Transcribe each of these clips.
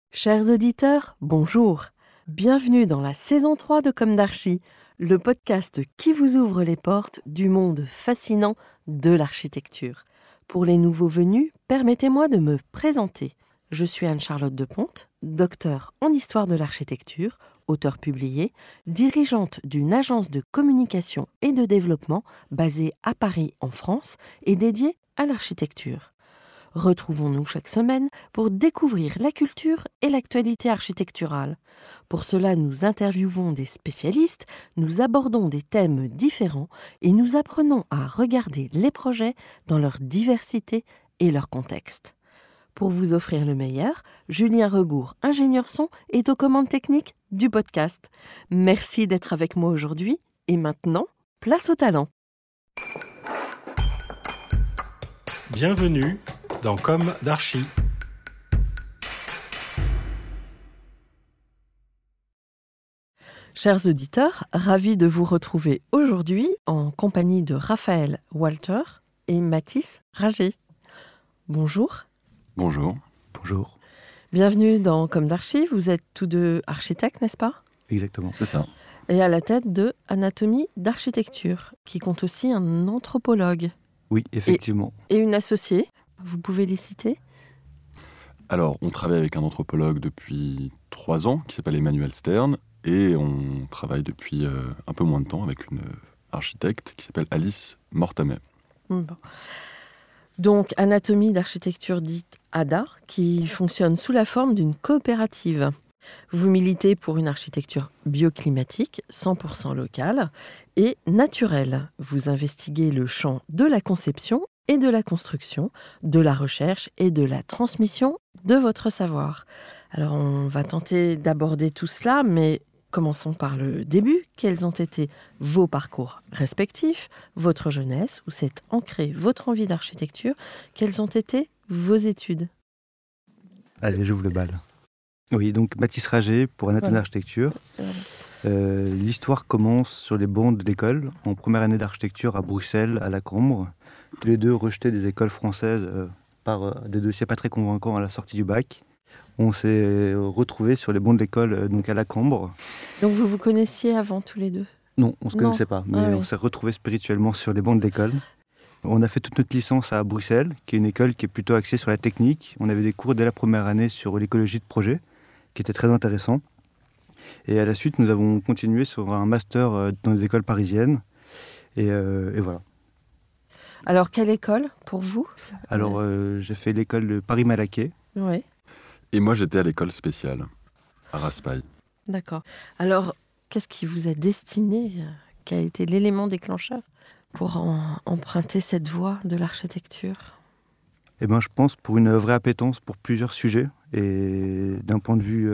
Chers auditeurs, bonjour. Bienvenue dans la saison 3 de Comme d'Archi, le podcast qui vous ouvre les portes du monde fascinant de l'architecture. Pour les nouveaux venus, permettez-moi de me présenter. Je suis Anne-Charlotte Deponte, docteure en histoire de l'architecture, auteure publiée, dirigeante d'une agence de communication et de développement basée à Paris en France et dédiée à l'architecture. Retrouvons-nous chaque semaine pour découvrir la culture et l'actualité architecturale. Pour cela, nous interviewons des spécialistes, nous abordons des thèmes différents et nous apprenons à regarder les projets dans leur diversité et leur contexte. Pour vous offrir le meilleur, Julien Rebourg, ingénieur son, est aux commandes techniques du podcast. Merci d'être avec moi aujourd'hui et maintenant, place au talent. Bienvenue dans Comme d'Archi. Chers auditeurs, ravis de vous retrouver aujourd'hui en compagnie de Raphaël Walter et Mathis Rager. Bonjour. Bonjour. Bonjour. Bienvenue dans Comme d'Archi. Vous êtes tous deux architectes, n'est-ce pas ? Exactement. C'est ça. Et à la tête de Anatomie d'architecture, qui compte aussi un anthropologue Oui, effectivement. et une associée. Vous pouvez les citer ? Alors, on travaille avec un anthropologue depuis 3 ans qui s'appelle Emmanuel Stern et on travaille depuis un peu moins de temps avec une architecte qui s'appelle Alice Mortamet. Bon. Donc, Anatomie d'architecture dite ADA, qui fonctionne sous la forme d'une coopérative. Vous militez pour une architecture bioclimatique, 100% locale et naturelle. Vous investiguez le champ de la conception et de la construction, de la recherche et de la transmission de votre savoir. Alors, on va tenter d'aborder tout cela, mais commençons par le début. Quels ont été vos parcours respectifs, votre jeunesse, où s'est ancrée votre envie d'architecture ? Quelles ont été vos études ? Allez, j'ouvre le bal. Oui, donc Mathis Rager pour Anatomie d'architecture. L'histoire commence sur les bancs de l'école, en première année d'architecture à Bruxelles, à la Cambre. Tous les deux rejetés des écoles françaises par des dossiers pas très convaincants à la sortie du bac. On s'est retrouvés sur les bancs de l'école, donc à la Cambre. Donc vous vous connaissiez avant tous les deux ? Non, on ne se connaissait pas, mais Ah oui. on s'est retrouvés spirituellement sur les bancs de l'école. On a fait toute notre licence à Bruxelles, qui est une école qui est plutôt axée sur la technique. On avait des cours dès la première année sur l'écologie de projet, qui était très intéressant. Et à la suite, nous avons continué sur un master dans les écoles parisiennes. Et voilà. Alors, quelle école pour vous ? Alors, j'ai fait l'école de Paris-Malaquais. Oui, Et moi, j'étais à l'école spéciale, à Raspail. d'accord. Alors, qu'est-ce qui vous a destiné, qui a été l'élément déclencheur pour emprunter cette voie de l'architecture ? Et ben, je pense pour une vraie appétence pour plusieurs sujets. Et d'un point de vue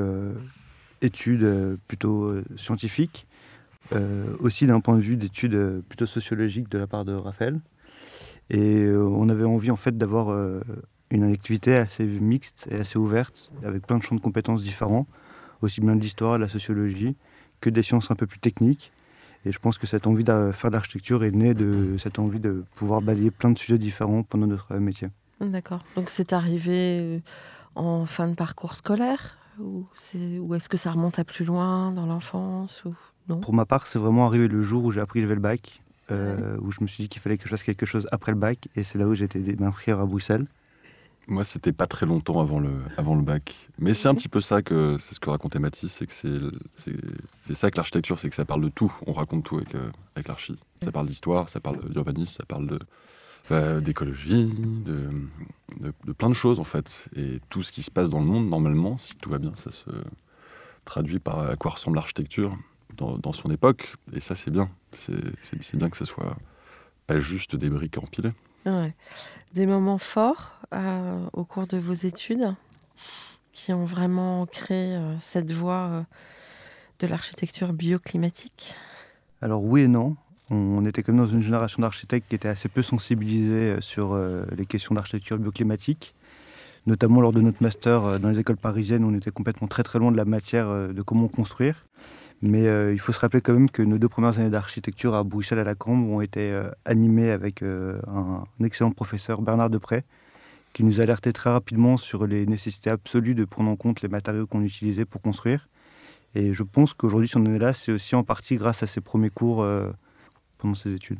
études plutôt scientifiques, aussi d'un point de vue d'études plutôt sociologiques de la part de Raphaël. Et on avait envie en fait d'avoir une activité assez mixte et assez ouverte, avec plein de champs de compétences différents, aussi bien de l'histoire, de la sociologie, que des sciences un peu plus techniques. Et je pense que cette envie de faire de l'architecture est née de cette envie de pouvoir balayer plein de sujets différents pendant notre métier. D'accord. Donc, c'est arrivé en fin de parcours scolaire ou est-ce que ça remonte à plus loin dans l'enfance ou non ? Pour ma part, c'est vraiment arrivé le jour où j'ai appris que j'avais le bac, où je me suis dit qu'il fallait que je fasse quelque chose après le bac, et c'est là où j'ai été m'inscrire à Bruxelles. Moi, c'était pas très longtemps avant le bac. Mais c'est un petit peu ça c'est ce que racontait Mathis, c'est que c'est ça que l'architecture, c'est que ça parle de tout. On raconte tout avec l'archi. Ça parle d'histoire, ça parle d'urbanisme, ça parle d'écologie, de plein de choses en fait. Et tout ce qui se passe dans le monde, normalement, si tout va bien, ça se traduit par à quoi ressemble l'architecture dans son époque. Et ça, c'est bien. C'est bien que ça soit pas juste des briques empilées. Ouais. Des moments forts au cours de vos études qui ont vraiment créé cette voie de l'architecture bioclimatique ? Alors oui et non. On était comme dans une génération d'architectes qui était assez peu sensibilisés sur les questions d'architecture bioclimatique. Notamment lors de notre master dans les écoles parisiennes, on était complètement très très loin de la matière de comment construire. Mais il faut se rappeler quand même que nos 2 premières années d'architecture à Bruxelles à la Cambre ont été animées avec un excellent professeur, Bernard Deprez, qui nous alertait très rapidement sur les nécessités absolues de prendre en compte les matériaux qu'on utilisait pour construire. Et je pense qu'aujourd'hui, si on en est là, c'est aussi en partie grâce à ces premiers cours pendant ces études.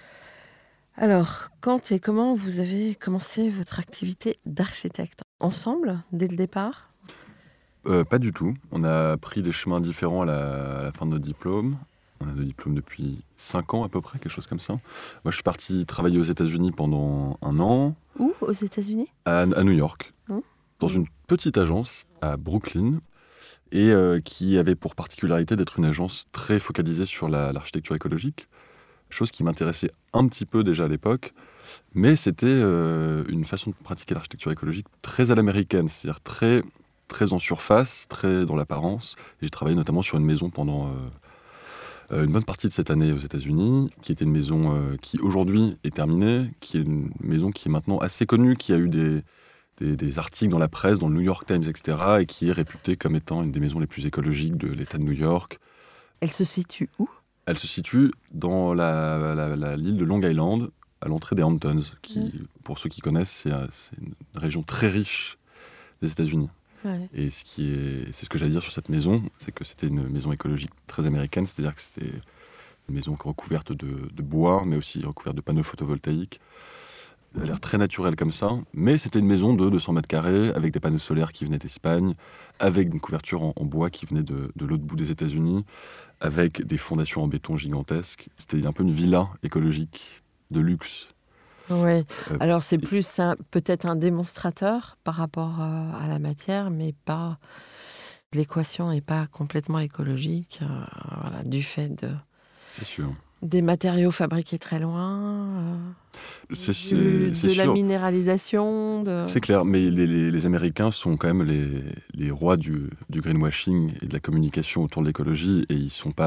Alors, quand et comment vous avez commencé votre activité d'architecte? Ensemble, dès le départ? Pas du tout. On a pris des chemins différents à la fin de notre diplôme. On a nos diplômes depuis 5 ans à peu près, quelque chose comme ça. Moi, je suis parti travailler aux États-Unis pendant 1 an, Où? Aux États-Unis? à New York, Mmh. dans une petite agence à Brooklyn, et qui avait pour particularité d'être une agence très focalisée sur l'architecture écologique, chose qui m'intéressait un petit peu déjà à l'époque, mais c'était une façon de pratiquer l'architecture écologique très à l'américaine, c'est-à-dire très, très en surface, très dans l'apparence. Et j'ai travaillé notamment sur une maison pendant une bonne partie de cette année aux États-Unis, qui était une maison qui aujourd'hui est terminée, qui est une maison qui est maintenant assez connue, qui a eu des articles dans la presse, dans le New York Times, etc., et qui est réputée comme étant une des maisons les plus écologiques de l'État de New York. Elle se situe où? Elle se situe dans l'île de Long Island, à l'entrée des Hamptons, qui, pour ceux qui connaissent, c'est une région très riche des États-Unis. Ouais. Et c'est ce que j'allais dire sur cette maison, c'est que c'était une maison écologique très américaine, c'est-à-dire que c'était une maison recouverte de bois, mais aussi recouverte de panneaux photovoltaïques. Elle a l'air très naturelle comme ça, mais c'était une maison de 200 mètres carrés, avec des panneaux solaires qui venaient d'Espagne, avec une couverture en bois qui venait de l'autre bout des États-Unis, avec des fondations en béton gigantesques. C'était un peu une villa écologique de luxe. Oui. Euh, Alors, c'est plus peut-être un démonstrateur par rapport à la matière, mais pas. L'équation n'est pas complètement écologique, voilà, du fait C'est sûr. des matériaux fabriqués très loin, C'est de la sûr. minéralisation. C'est clair, mais les Américains sont quand même les rois du greenwashing et de la communication autour de l'écologie, et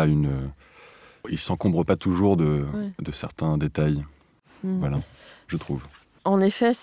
ils s'encombrent pas toujours de certains détails. Mm. Voilà, je trouve. En effet,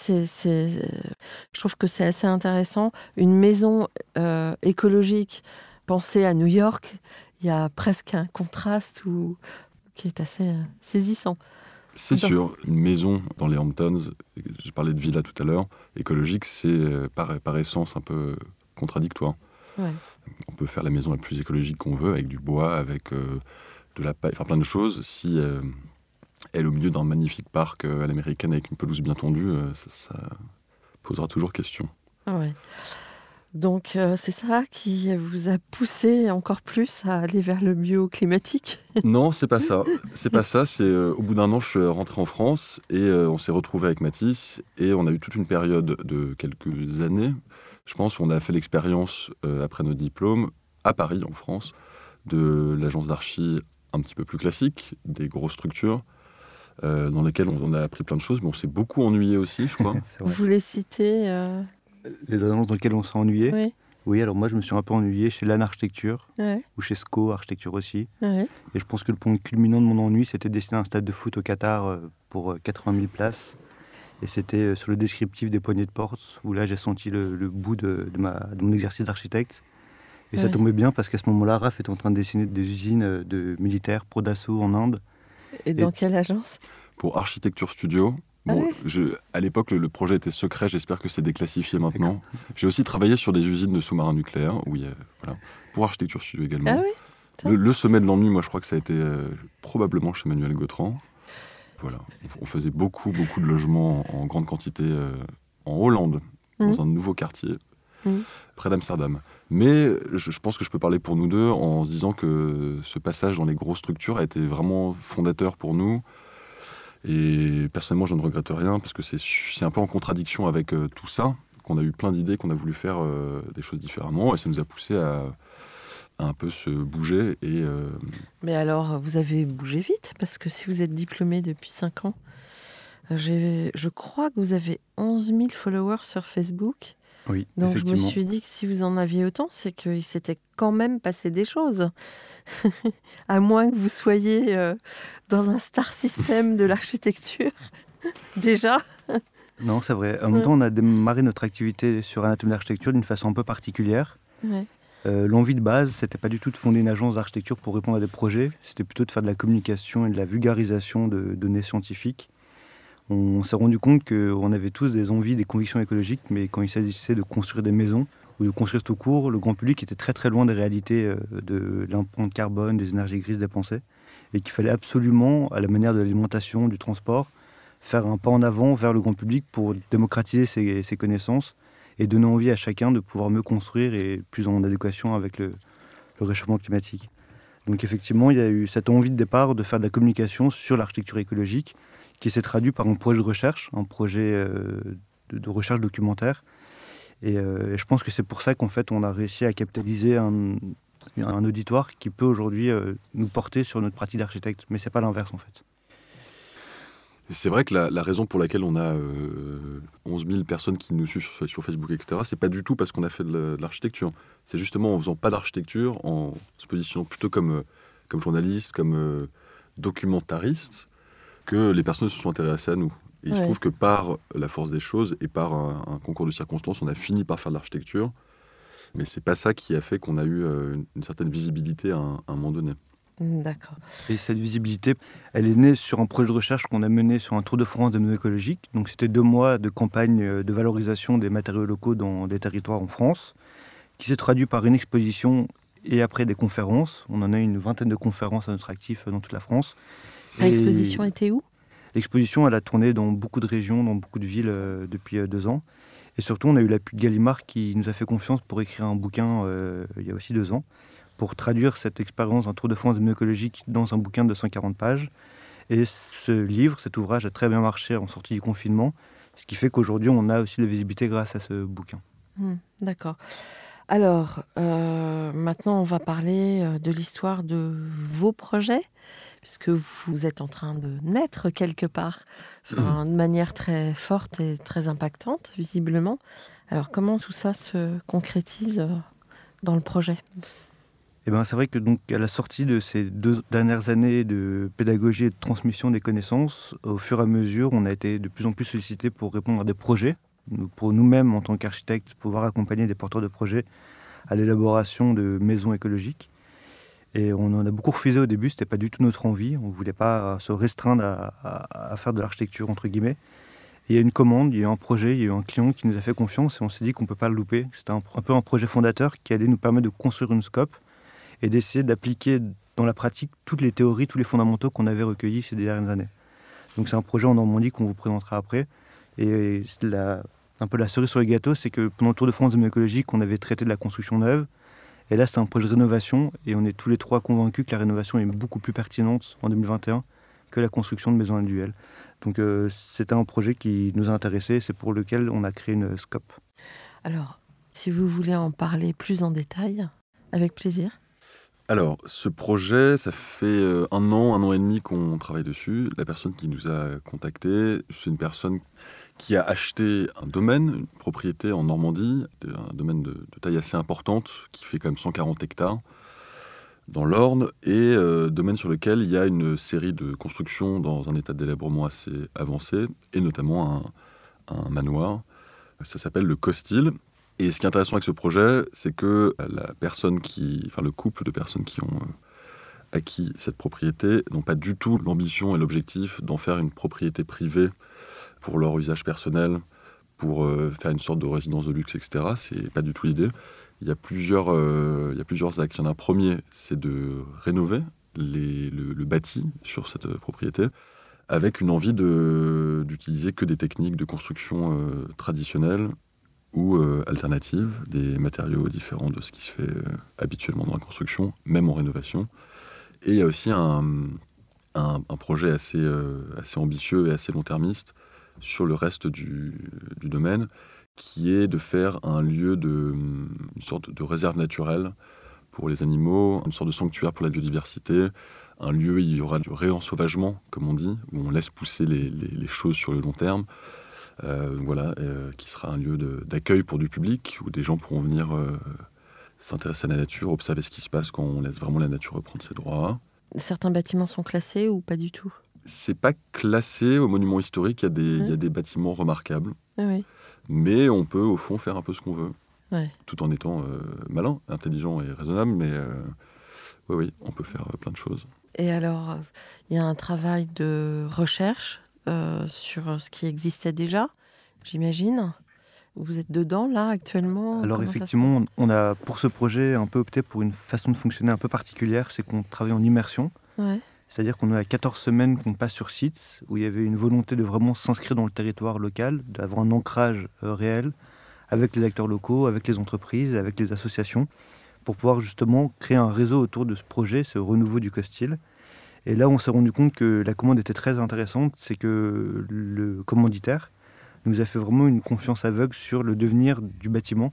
je trouve que c'est assez intéressant. Une maison écologique pensée à New York, il y a presque un contraste qui est assez saisissant. C'est sûr, une maison dans les Hamptons, j'ai parlé de villa tout à l'heure, écologique, c'est par essence un peu contradictoire. Ouais. On peut faire la maison la plus écologique qu'on veut, avec du bois, avec de la paille, enfin plein de choses. Si elle est au milieu d'un magnifique parc à l'américaine avec une pelouse bien tendue, ça posera toujours question. Ouais. Donc, c'est ça qui vous a poussé encore plus à aller vers le bioclimatique? Non, c'est pas ça. C'est pas ça. C'est au bout d'1 an, je suis rentré en France et on s'est retrouvé avec Mathis et on a eu toute une période de quelques années, je pense, où on a fait l'expérience après notre diplôme à Paris, en France, de l'agence d'archi un petit peu plus classique, des grosses structures dans lesquelles on a appris plein de choses, mais on s'est beaucoup ennuyé aussi, je crois. Vous les citez Les agences dans lesquelles on s'est ennuyé. Oui. Oui, alors moi je me suis un peu ennuyé chez LAN Architecture Ouais. ou chez SCO Architecture aussi. Ouais. Et je pense que le point culminant de mon ennui, c'était de dessiner un stade de foot au Qatar pour 80 000 places. Et c'était sur le descriptif des poignées de porte, où là j'ai senti le bout de mon exercice d'architecte. Et ça Ouais. tombait bien parce qu'à ce moment-là, Raph était en train de dessiner des usines de militaires pro Dassault en Inde. Et dans quelle agence? Pour Architecture Studio. Bon, à l'époque, le projet était secret, j'espère que c'est déclassifié maintenant. J'ai aussi travaillé sur des usines de sous-marins nucléaires, voilà, pour Architecture Studio également. Ah oui. Le sommet de l'ennui, moi je crois que ça a été probablement chez Manuel Gautran. Voilà, on faisait beaucoup de logements en grande quantité en Hollande, dans un nouveau quartier, près d'Amsterdam. Mais je pense que je peux parler pour nous deux en se disant que ce passage dans les grosses structures a été vraiment fondateur pour nous. Et personnellement, je ne regrette rien parce que c'est un peu en contradiction avec tout ça, qu'on a eu plein d'idées, qu'on a voulu faire des choses différemment, et ça nous a poussé à un peu se bouger. Mais alors, vous avez bougé vite, parce que si vous êtes diplômé depuis 5 ans, je crois que vous avez 11 000 followers sur Facebook. Oui, Donc je me effectivement. suis dit que si vous en aviez autant, c'est qu'il s'était quand même passé des choses. À moins que vous soyez dans un star system de l'architecture. Déjà. Non, c'est vrai. En même temps, on a démarré notre activité sur Anatomie d'architecture d'une façon un peu particulière. Ouais. L'envie de base, c'était pas du tout de fonder une agence d'architecture pour répondre à des projets, c'était plutôt de faire de la communication et de la vulgarisation de données scientifiques. On s'est rendu compte qu'on avait tous des envies, des convictions écologiques, mais quand il s'agissait de construire des maisons ou de construire tout court, le grand public était très très loin des réalités de l'empreinte carbone, des énergies grises dépensées, et qu'il fallait absolument, à la manière de l'alimentation, du transport, faire un pas en avant vers le grand public pour démocratiser ses connaissances et donner envie à chacun de pouvoir mieux construire et plus en adéquation avec le réchauffement climatique. Donc effectivement, il y a eu cette envie de départ de faire de la communication sur l'architecture écologique qui s'est traduit par un projet de recherche, un projet de recherche documentaire. Et je pense que c'est pour ça qu'en fait, on a réussi à capitaliser un auditoire qui peut aujourd'hui nous porter sur notre pratique d'architecte. Mais c'est pas l'inverse en fait. Et c'est vrai que la raison pour laquelle on a 11 000 personnes qui nous suivent sur Facebook, etc., c'est pas du tout parce qu'on a fait de l'architecture. C'est justement en faisant pas d'architecture, en se positionnant plutôt comme journaliste, comme documentariste, que les personnes se sont intéressées à nous. Et il se trouve que par la force des choses et par un concours de circonstances, on a fini par faire de l'architecture. Mais c'est pas ça qui a fait qu'on a eu une certaine visibilité à un moment donné. D'accord. Et cette visibilité, elle est née sur un projet de recherche qu'on a mené sur un tour de France de maisons écologiques. Donc c'était 2 mois de campagne de valorisation des matériaux locaux dans des territoires en France, qui s'est traduit par une exposition et après des conférences. On en a eu une vingtaine de conférences à notre actif dans toute la France. L'exposition était où ? L'exposition, elle a tourné dans beaucoup de régions, dans beaucoup de villes depuis 2 ans. Et surtout, on a eu l'appui de Gallimard qui nous a fait confiance pour écrire un bouquin il y a aussi 2 ans, pour traduire cette expérience d'un tour de France de maisons écologiques dans un bouquin de 140 pages. Et ce livre, cet ouvrage a très bien marché en sortie du confinement, ce qui fait qu'aujourd'hui, on a aussi de la visibilité grâce à ce bouquin. D'accord. Alors, maintenant, on va parler de l'histoire de vos projets, puisque vous êtes en train de naître quelque part, de manière très forte et très impactante, visiblement. Alors, comment tout ça se concrétise dans le projet ? Eh ben, c'est vrai que donc, à la sortie de ces 2 dernières années de pédagogie et de transmission des connaissances, au fur et à mesure, on a été de plus en plus sollicité pour répondre à des projets, pour nous-mêmes, en tant qu'architectes, pouvoir accompagner des porteurs de projets à l'élaboration de maisons écologiques. Et on en a beaucoup refusé au début, c'était pas du tout notre envie, on ne voulait pas se restreindre à faire de l'architecture, entre guillemets. Et il y a une commande, il y a eu un projet, il y a eu un client qui nous a fait confiance et on s'est dit qu'on ne peut pas le louper. C'était un peu un projet fondateur qui allait nous permettre de construire une scope et d'essayer d'appliquer dans la pratique toutes les théories, tous les fondamentaux qu'on avait recueillis ces dernières années. Donc c'est un projet en Normandie qu'on vous présentera après. Et c'est un peu la cerise sur le gâteau, c'est que pendant le Tour de France de maisons écologiques, on avait traité de la construction neuve. Et là, c'est un projet de rénovation. Et on est tous les 3 convaincus que la rénovation est beaucoup plus pertinente en 2021 que la construction de maisons individuelles. Donc c'était un projet qui nous a intéressés. C'est pour lequel on a créé une scope. Alors, si vous voulez en parler plus en détail, avec plaisir. Alors, ce projet, ça fait 1 an et demi qu'on travaille dessus. La personne qui nous a contactés, c'est une personne qui a acheté un domaine, une propriété en Normandie, un domaine de taille assez importante, qui fait quand même 140 hectares, dans l'Orne, et domaine sur lequel il y a une série de constructions dans un état de délabrement assez avancé, et notamment un manoir. Ça s'appelle le Costil. Et ce qui est intéressant avec ce projet, c'est que le couple de personnes qui ont acquis cette propriété n'ont pas du tout l'ambition et l'objectif d'en faire une propriété privée pour leur usage personnel, pour faire une sorte de résidence de luxe, etc. C'est pas du tout l'idée. Il y a plusieurs axes. Il y en a un premier, c'est de rénover le bâti sur cette propriété, avec une envie d'utiliser que des techniques de construction traditionnelles ou alternatives, des matériaux différents de ce qui se fait habituellement dans la construction, même en rénovation. Et il y a aussi un projet assez ambitieux et assez long-termiste sur le reste du domaine, qui est de faire un lieu une sorte de réserve naturelle pour les animaux, une sorte de sanctuaire pour la biodiversité, un lieu où il y aura du réensauvagement, comme on dit, où on laisse pousser les choses sur le long terme. Qui sera un lieu d'accueil pour du public, où des gens pourront venir s'intéresser à la nature, observer ce qui se passe quand on laisse vraiment la nature reprendre ses droits. Certains bâtiments sont classés ou pas du tout ? C'est pas classé au monument historique, il y a des bâtiments remarquables, mais on peut au fond faire un peu ce qu'on veut, tout en étant malin, intelligent et raisonnable, mais oui, on peut faire plein de choses. Et alors, il y a un travail de recherche sur ce qui existait déjà, j'imagine. Vous êtes dedans, là, actuellement? Alors Comment ça se effectivement, on a pour ce projet un peu opté pour une façon de fonctionner un peu particulière, c'est qu'on travaille en immersion. passe? Ouais. C'est-à-dire qu'on a 14 semaines qu'on passe sur site, où il y avait une volonté de vraiment s'inscrire dans le territoire local, d'avoir un ancrage réel avec les acteurs locaux, avec les entreprises, avec les associations, pour pouvoir justement créer un réseau autour de ce projet, ce renouveau du Costil. Et là, on s'est rendu compte que la commande était très intéressante, c'est que le commanditaire nous a fait vraiment une confiance aveugle sur le devenir du bâtiment.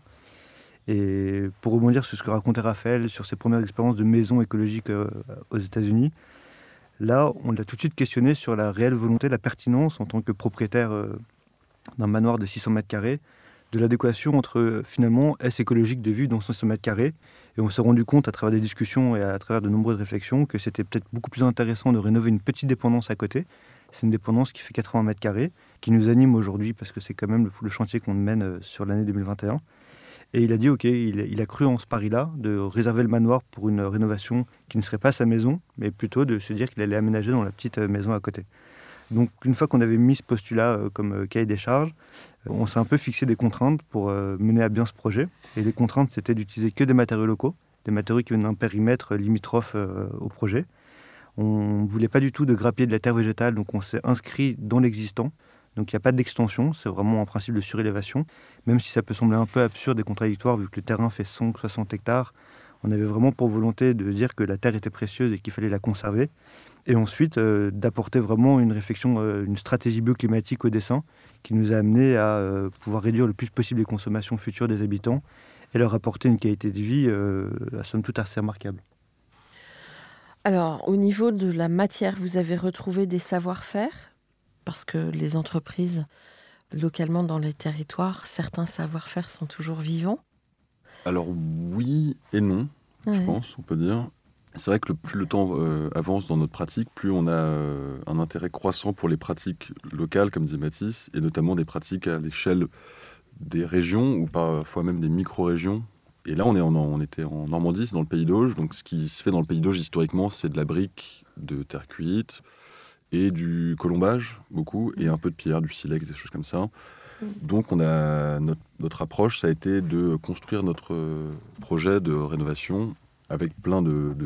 Et pour rebondir sur ce que racontait Raphaël, sur ses premières expériences de maison écologique aux États-Unis, là, on l'a tout de suite questionné sur la réelle volonté, la pertinence en tant que propriétaire d'un manoir de 600 mètres carrés, de l'adéquation entre finalement est-ce écologique de vivre dans 600 mètres carrés. Et on s'est rendu compte à travers des discussions et à travers de nombreuses réflexions que c'était peut-être beaucoup plus intéressant de rénover une petite dépendance à côté. C'est une dépendance qui fait 80 mètres carrés, qui nous anime aujourd'hui parce que c'est quand même le chantier qu'on mène sur l'année 2021. Et il a dit, ok, il a cru en ce pari-là, de réserver le manoir pour une rénovation qui ne serait pas sa maison, mais plutôt de se dire qu'il allait aménager dans la petite maison à côté. Donc une fois qu'on avait mis ce postulat comme cahier des charges, on s'est un peu fixé des contraintes pour mener à bien ce projet. Et les contraintes, c'était d'utiliser que des matériaux locaux, des matériaux qui viennent d'un périmètre limitrophe au projet. On ne voulait pas du tout de grappier de la terre végétale, donc on s'est inscrit dans l'existant. Donc il n'y a pas d'extension, c'est vraiment un principe de surélévation. Même si ça peut sembler un peu absurde et contradictoire, vu que le terrain fait 160 hectares, on avait vraiment pour volonté de dire que la terre était précieuse et qu'il fallait la conserver. Et ensuite, d'apporter vraiment une réflexion, une stratégie bioclimatique au dessin, qui nous a amené à pouvoir réduire le plus possible les consommations futures des habitants et leur apporter une qualité de vie, somme toute, assez remarquable. Alors, au niveau de la matière, vous avez retrouvé des savoir-faire? Parce que les entreprises, localement dans les territoires, certains savoir-faire sont toujours vivants. Alors oui et non, je pense, on peut dire. C'est vrai que plus le temps avance dans notre pratique, plus on a un intérêt croissant pour les pratiques locales, comme disait Mathis, et notamment des pratiques à l'échelle des régions, ou parfois même des micro-régions. Et là, on était en Normandie, c'est dans le Pays d'Auge. Donc ce qui se fait dans le Pays d'Auge, historiquement, c'est de la brique de terre cuite, et du colombage, beaucoup, et un peu de pierre, du silex, des choses comme ça. Donc on a notre approche, ça a été de construire notre projet de rénovation avec plein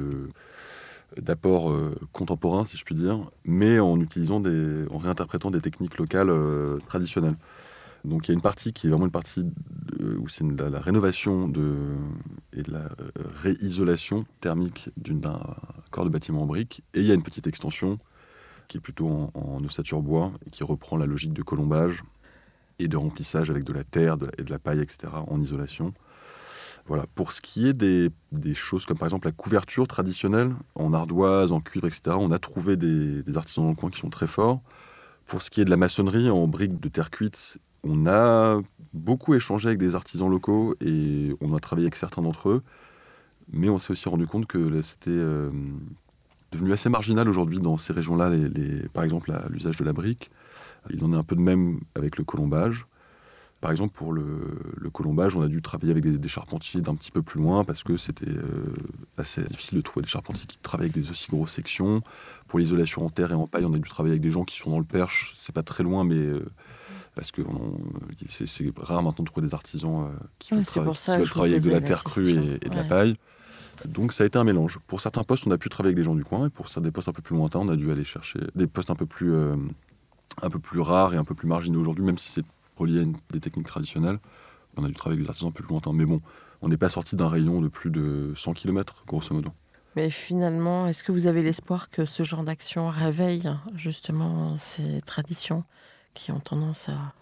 d'apports contemporains, si je puis dire, mais en réinterprétant des techniques locales traditionnelles. Donc il y a une partie qui est vraiment une partie où c'est la rénovation et de la réisolation thermique d'un corps de bâtiment en briques, et il y a une petite extension qui est plutôt en ossature bois, et qui reprend la logique de colombage et de remplissage avec de la terre et de la paille, etc., en isolation. Voilà. Pour ce qui est des choses comme par exemple la couverture traditionnelle, en ardoise, en cuivre, etc., on a trouvé des artisans dans le coin qui sont très forts. Pour ce qui est de la maçonnerie en briques de terre cuite, on a beaucoup échangé avec des artisans locaux et on a travaillé avec certains d'entre eux, mais on s'est aussi rendu compte que c'était devenu assez marginal aujourd'hui dans ces régions-là, par exemple l'usage de la brique. Il en est un peu de même avec le colombage. Par exemple, pour le colombage, on a dû travailler avec des charpentiers d'un petit peu plus loin parce que c'était assez difficile de trouver des charpentiers qui travaillent avec des aussi grosses sections. Pour l'isolation en terre et en paille, on a dû travailler avec des gens qui sont dans le Perche. C'est pas très loin, mais parce que c'est rare maintenant de trouver des artisans qui veulent travailler avec de la terre crue et de la paille. Donc ça a été un mélange. Pour certains postes, on a pu travailler avec des gens du coin, et pour des postes un peu plus lointains, on a dû aller chercher des postes un peu plus rares et un peu plus marginaux aujourd'hui, même si c'est relié à des techniques traditionnelles. On a dû travailler avec des artisans un peu plus lointains. Mais bon, on n'est pas sorti d'un rayon de plus de 100 km, grosso modo. Mais finalement, est-ce que vous avez l'espoir que ce genre d'action réveille justement ces traditions qui ont tendance à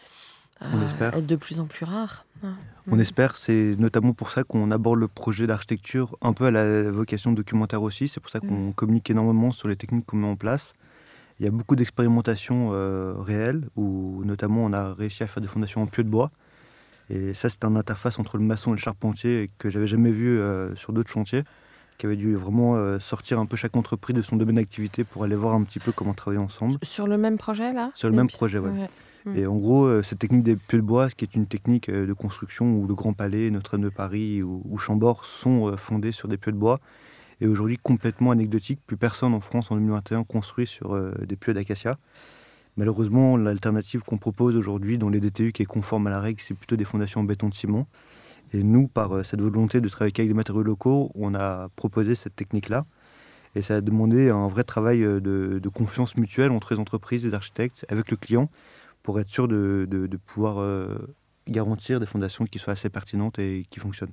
être de plus en plus rares? On espère, c'est notamment pour ça qu'on aborde le projet d'architecture un peu à la vocation documentaire aussi. C'est pour ça qu'on communique énormément sur les techniques qu'on met en place. Il y a beaucoup d'expérimentations réelles, où notamment on a réussi à faire des fondations en pieux de bois. Et ça, c'est une interface entre le maçon et le charpentier que j'avais jamais vu sur d'autres chantiers, qui avait dû vraiment sortir un peu chaque entreprise de son domaine d'activité pour aller voir un petit peu comment travailler ensemble. Sur le même projet, là? Sur le même projet, oui. Ouais. Et en gros, cette technique des pieux de bois, qui est une technique de construction où le Grand Palais, Notre-Dame de Paris ou Chambord sont fondés sur des pieux de bois, et aujourd'hui complètement anecdotique. Plus personne en France en 2021 construit sur des pieux d'acacia. Malheureusement, l'alternative qu'on propose aujourd'hui dans les DTU qui est conforme à la règle, c'est plutôt des fondations en béton de ciment. Et nous, par cette volonté de travailler avec des matériaux locaux, on a proposé cette technique-là. Et ça a demandé un vrai travail de confiance mutuelle entre les entreprises, les architectes, avec le client, pour être sûr de pouvoir garantir des fondations qui soient assez pertinentes et qui fonctionnent.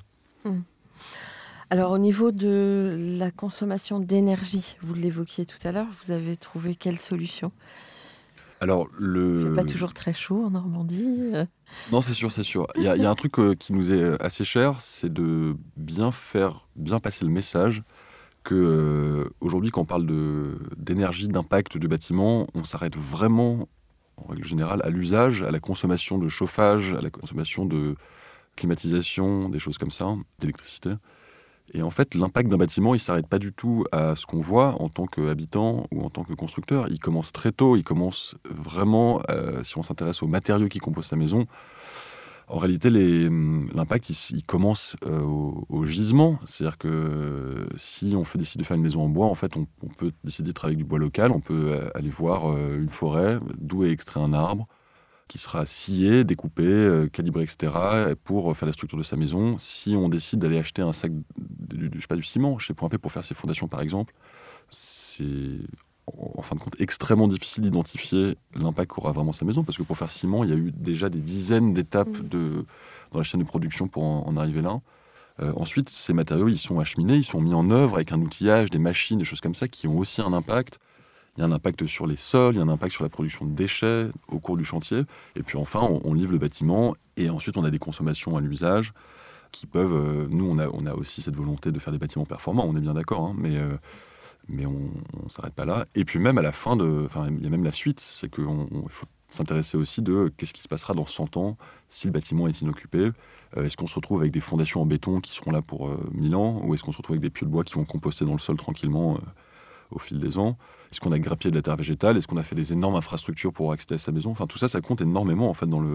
Alors, au niveau de la consommation d'énergie, vous l'évoquiez tout à l'heure, vous avez trouvé quelle solution ? Alors, Il ne fait pas toujours très chaud en Normandie. Non, c'est sûr. Il y a un truc qui nous est assez cher, c'est de bien passer le message que aujourd'hui, quand on parle d'énergie, d'impact du bâtiment, on s'arrête vraiment, en règle générale, à l'usage, à la consommation de chauffage, à la consommation de climatisation, des choses comme ça, d'électricité. Et en fait, l'impact d'un bâtiment, il ne s'arrête pas du tout à ce qu'on voit en tant qu'habitant ou en tant que constructeur. Il commence très tôt, il commence vraiment, si on s'intéresse aux matériaux qui composent sa maison, en réalité, l'impact, il commence au gisement. C'est-à-dire que si on décide de faire une maison en bois, en fait, on peut décider de travailler avec du bois local, on peut aller voir une forêt d'où est extrait un arbre, qui sera scié, découpé, calibré, etc., pour faire la structure de sa maison. Si on décide d'aller acheter un sac, du ciment chez Point P pour faire ses fondations, par exemple, c'est en fin de compte extrêmement difficile d'identifier l'impact qu'aura vraiment sa maison, parce que pour faire ciment, il y a eu déjà des dizaines d'étapes dans la chaîne de production pour en arriver là. Ensuite, ces matériaux, ils sont acheminés, ils sont mis en œuvre avec un outillage, des machines, des choses comme ça, qui ont aussi un impact. Il y a un impact sur les sols, il y a un impact sur la production de déchets au cours du chantier. Et puis enfin, on livre le bâtiment et ensuite on a des consommations à l'usage qui peuvent... nous, on a aussi cette volonté de faire des bâtiments performants, on est bien d'accord, hein, mais on ne s'arrête pas là. Et puis même à la fin, il y a même la suite, c'est qu'il faut s'intéresser aussi de qu'est-ce qui se passera dans 100 ans si le bâtiment est inoccupé. Est-ce qu'on se retrouve avec des fondations en béton qui seront là pour 1000 ans, ou est-ce qu'on se retrouve avec des pieux de bois qui vont composter dans le sol tranquillement au fil des ans? Est-ce qu'on a grappillé de la terre végétale? Est-ce qu'on a fait des énormes infrastructures pour accéder à sa maison? Enfin, tout ça, ça compte énormément en fait dans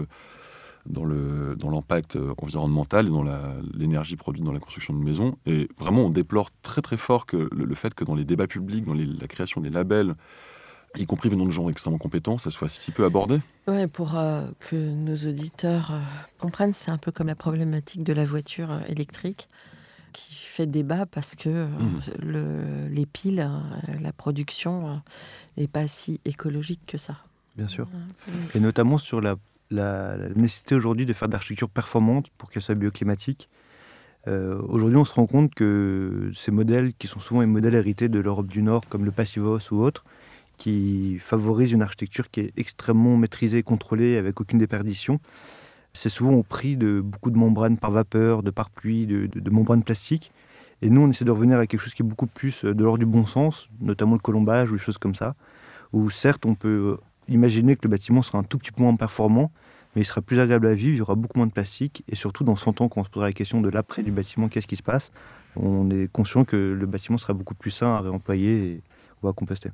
l'impact environnemental et dans l'énergie produite dans la construction d'une maison. Et vraiment, on déplore très très fort que le fait que dans les débats publics, dans la création des labels, y compris venant de gens extrêmement compétents, ça soit si peu abordé. Oui, pour que nos auditeurs comprennent, c'est un peu comme la problématique de la voiture électrique, qui fait débat parce que les piles, la production n'est pas si écologique que ça. Bien sûr. Et notamment sur la nécessité aujourd'hui de faire de l'architecture performante pour qu'elle soit bioclimatique. Aujourd'hui, on se rend compte que ces modèles, qui sont souvent les modèles hérités de l'Europe du Nord, comme le Passivos ou autres, qui favorisent une architecture qui est extrêmement maîtrisée et contrôlée avec aucune déperdition, c'est souvent au prix de beaucoup de membranes par vapeur, de pare-pluie, de membranes plastiques. Et nous, on essaie de revenir à quelque chose qui est beaucoup plus de l'ordre du bon sens, notamment le colombage ou des choses comme ça, où certes, on peut imaginer que le bâtiment sera un tout petit peu moins performant, mais il sera plus agréable à vivre, il y aura beaucoup moins de plastique, et surtout dans 100 ans, quand on se posera la question de l'après du bâtiment, qu'est-ce qui se passe, on est conscient que le bâtiment sera beaucoup plus sain à réemployer ou à composter.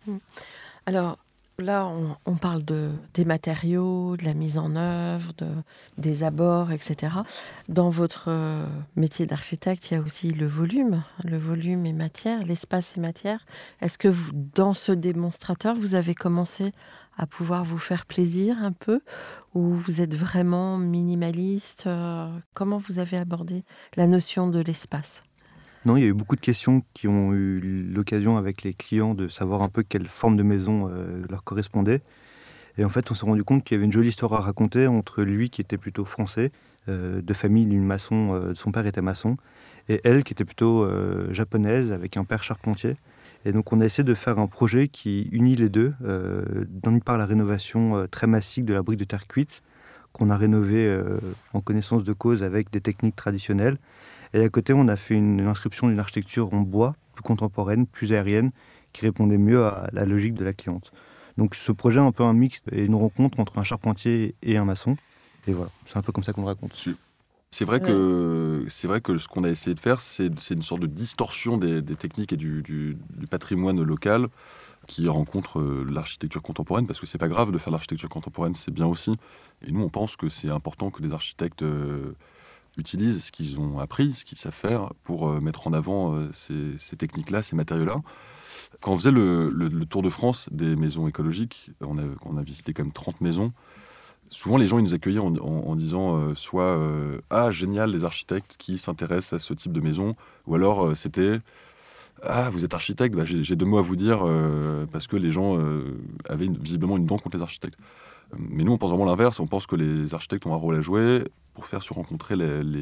Alors, là, on parle des matériaux, de la mise en œuvre, des abords, etc. Dans votre métier d'architecte, il y a aussi le volume et matière, l'espace et matière. Est-ce que dans ce démonstrateur, vous avez commencé à pouvoir vous faire plaisir un peu, ou vous êtes vraiment minimaliste? Comment vous avez abordé la notion de l'espace ? Non, il y a eu beaucoup de questions qui ont eu l'occasion avec les clients de savoir un peu quelle forme de maison leur correspondait. Et en fait, on s'est rendu compte qu'il y avait une jolie histoire à raconter entre lui qui était plutôt français, de famille d'une maçon, son père était maçon, et elle qui était plutôt japonaise avec un père charpentier. Et donc on a essayé de faire un projet qui unit les deux, d'une part la rénovation très massive de la brique de terre cuite, qu'on a rénovée en connaissance de cause avec des techniques traditionnelles. Et à côté, on a fait une inscription d'une architecture en bois, plus contemporaine, plus aérienne, qui répondait mieux à la logique de la cliente. Donc ce projet est un peu un mix et une rencontre entre un charpentier et un maçon. Et voilà, c'est un peu comme ça qu'on le raconte. C'est vrai que ce qu'on a essayé de faire, c'est une sorte de distorsion des techniques et du patrimoine local qui rencontre l'architecture contemporaine, parce que c'est pas grave de faire l'architecture contemporaine, c'est bien aussi. Et nous, on pense que c'est important que les architectes utilisent ce qu'ils ont appris, ce qu'ils savent faire, pour mettre en avant ces techniques-là, ces matériaux-là. Quand on faisait le tour de France des maisons écologiques, on a visité quand même 30 maisons. Souvent, les gens ils nous accueillaient en disant soit ah, génial, les architectes qui s'intéressent à ce type de maison, ou alors c'était ah, vous êtes architecte, bah, j'ai 2 mots à vous dire, parce que les gens avaient visiblement une dent contre les architectes. Mais nous, on pense vraiment l'inverse. On pense que les architectes ont un rôle à jouer pour faire se rencontrer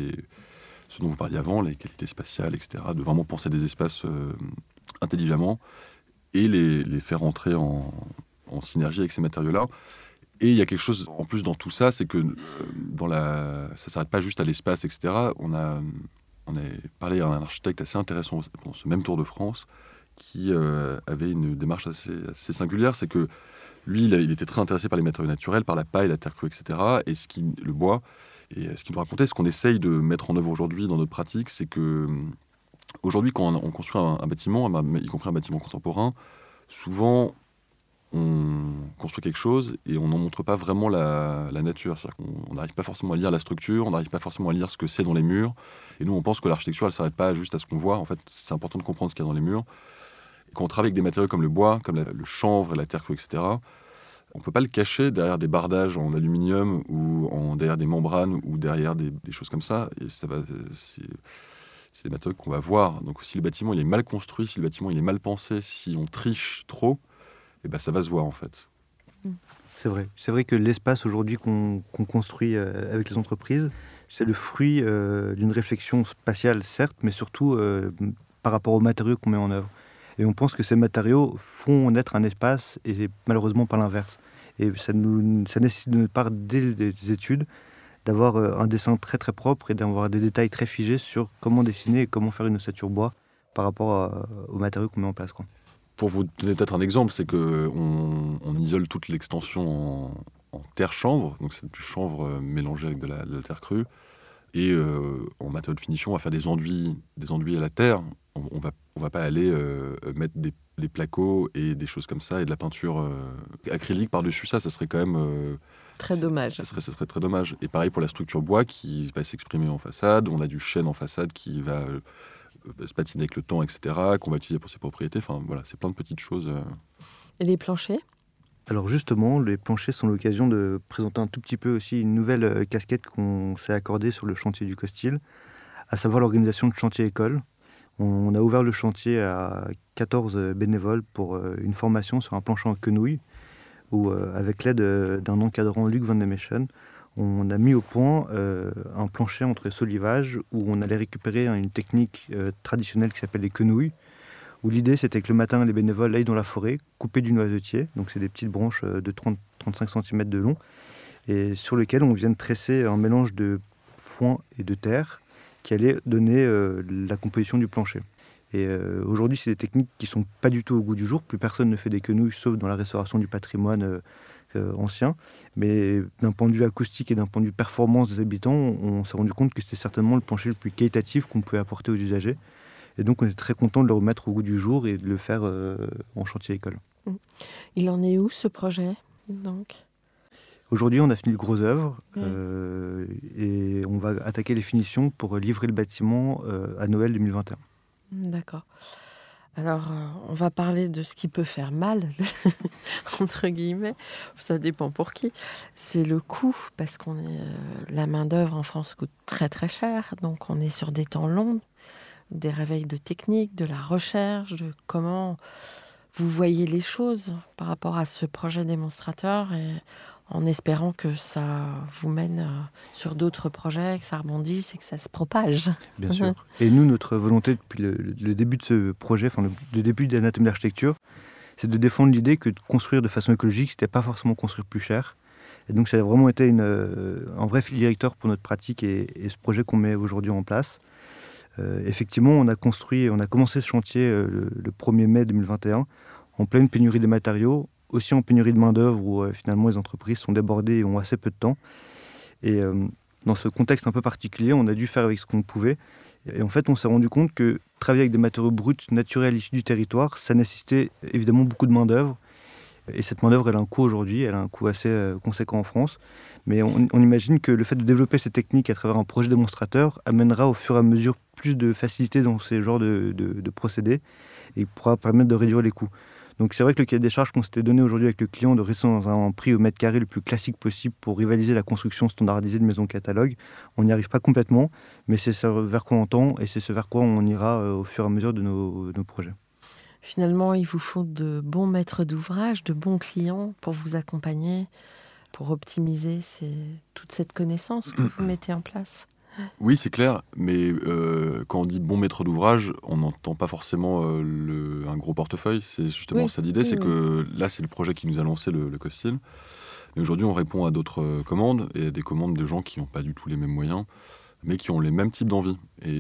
ce dont vous parliez avant, les qualités spatiales, etc., de vraiment penser des espaces intelligemment et les faire entrer en synergie avec ces matériaux-là. Et il y a quelque chose en plus dans tout ça, c'est que ça ne s'arrête pas juste à l'espace, etc. On a parlé à un architecte assez intéressant pendant ce même Tour de France qui avait une démarche assez singulière. C'est que lui, il était très intéressé par les matériaux naturels, par la paille, la terre crue, etc. Et le bois. Et ce qu'il nous racontait, ce qu'on essaye de mettre en œuvre aujourd'hui dans notre pratique, c'est que aujourd'hui, quand on construit un bâtiment, y compris un bâtiment contemporain, souvent on construit quelque chose et on n'en montre pas vraiment la nature. C'est-à-dire qu'on n'arrive pas forcément à lire la structure, on n'arrive pas forcément à lire ce que c'est dans les murs. Et nous, on pense que l'architecture, elle ne s'arrête pas juste à ce qu'on voit. En fait, c'est important de comprendre ce qu'il y a dans les murs. Et quand on travaille avec des matériaux comme le bois, comme le chanvre, la terre crue, etc., on ne peut pas le cacher derrière des bardages en aluminium ou derrière des membranes ou derrière des choses comme ça. Et c'est des matériaux qu'on va voir. Donc si le bâtiment il est mal construit, si le bâtiment il est mal pensé, si on triche trop, et ben ça va se voir en fait. C'est vrai. C'est vrai que l'espace aujourd'hui qu'on construit avec les entreprises, c'est le fruit d'une réflexion spatiale, certes, mais surtout par rapport aux matériaux qu'on met en œuvre. Et on pense que ces matériaux font naître un espace, et malheureusement pas l'inverse. Et ça nécessite de notre part, dès les études, d'avoir un dessin très très propre et d'avoir des détails très figés sur comment dessiner et comment faire une ossature bois par rapport aux matériaux qu'on met en place, quoi. Pour vous donner peut-être un exemple, c'est qu'on isole toute l'extension en terre chanvre, donc c'est du chanvre mélangé avec de la terre crue. Et en matériaux de finition, on va faire des enduits à la terre. On va pas aller mettre des placos et des choses comme ça et de la peinture acrylique par-dessus ça. Ça serait quand même très dommage. Ça serait très dommage. Et pareil pour la structure bois qui va s'exprimer en façade. On a du chêne en façade qui va se patiner avec le temps, etc., qu'on va utiliser pour ses propriétés. Enfin, voilà, c'est plein de petites choses. Et les planchers ? Alors justement, les planchers sont l'occasion de présenter un tout petit peu aussi une nouvelle casquette qu'on s'est accordée sur le chantier du Costil, à savoir l'organisation de chantier école. On a ouvert le chantier à 14 bénévoles pour une formation sur un plancher en quenouille, où avec l'aide d'un encadrant, Luc Van de Meschen, on a mis au point un plancher entre solivages où on allait récupérer une technique traditionnelle qui s'appelle les quenouilles, où l'idée c'était que le matin les bénévoles aillent dans la forêt, couper du noisetier, donc c'est des petites branches de 30-35 cm de long, et sur lesquelles on vienne tresser un mélange de foin et de terre qui allait donner la composition du plancher. Et aujourd'hui c'est des techniques qui sont pas du tout au goût du jour, plus personne ne fait des quenouilles sauf dans la restauration du patrimoine ancien, mais d'un point de vue acoustique et d'un point de vue performance des habitants, on s'est rendu compte que c'était certainement le plancher le plus qualitatif qu'on pouvait apporter aux usagers. Et donc, on est très content de le remettre au goût du jour et de le faire en chantier école. Il en est où, ce projet, donc ? Aujourd'hui, on a fini le gros œuvre et on va attaquer les finitions pour livrer le bâtiment à Noël 2021. D'accord. Alors, on va parler de ce qui peut faire mal, entre guillemets. Ça dépend pour qui. C'est le coût, parce la main-d'œuvre en France coûte très très cher. Donc, on est sur des temps longs, des réveils de technique, de la recherche, de comment vous voyez les choses par rapport à ce projet démonstrateur, et en espérant que ça vous mène sur d'autres projets, que ça rebondisse et que ça se propage. Bien sûr. Et nous, notre volonté depuis le début de ce projet, le début d'Anatomie d'architecture, c'est de défendre l'idée que de construire de façon écologique, c'était pas forcément construire plus cher. Et donc ça a vraiment été un vrai fil directeur pour notre pratique et ce projet qu'on met aujourd'hui en place. Effectivement, on a commencé ce chantier le 1er mai 2021, en pleine pénurie des matériaux, aussi en pénurie de main-d'œuvre où finalement les entreprises sont débordées et ont assez peu de temps. Et dans ce contexte un peu particulier, on a dû faire avec ce qu'on pouvait. Et en fait, on s'est rendu compte que travailler avec des matériaux bruts, naturels, issus du territoire, ça nécessitait évidemment beaucoup de main-d'œuvre. Et cette main-d'œuvre, elle a un coût aujourd'hui, elle a un coût assez conséquent en France. Mais on imagine que le fait de développer ces techniques à travers un projet démonstrateur amènera au fur et à mesure plus de facilité dans ces genres de procédés et pourra permettre de réduire les coûts. Donc c'est vrai que le cahier des charges qu'on s'était donné aujourd'hui avec le client de rester dans un prix au mètre carré le plus classique possible pour rivaliser la construction standardisée de maisons catalogue, on n'y arrive pas complètement, mais c'est ce vers quoi on tend et c'est ce vers quoi on ira au fur et à mesure de nos projets. Finalement, il vous faut de bons maîtres d'ouvrage, de bons clients pour vous accompagner, pour optimiser toute cette connaissance que vous mettez en place. Oui, c'est clair, mais quand on dit bon maître d'ouvrage, on n'entend pas forcément un gros portefeuille. C'est justement ça l'idée, c'est que là, c'est le projet qui nous a lancé le Costil. Mais aujourd'hui, on répond à d'autres commandes, et à des commandes de gens qui n'ont pas du tout les mêmes moyens, mais qui ont les mêmes types d'envies.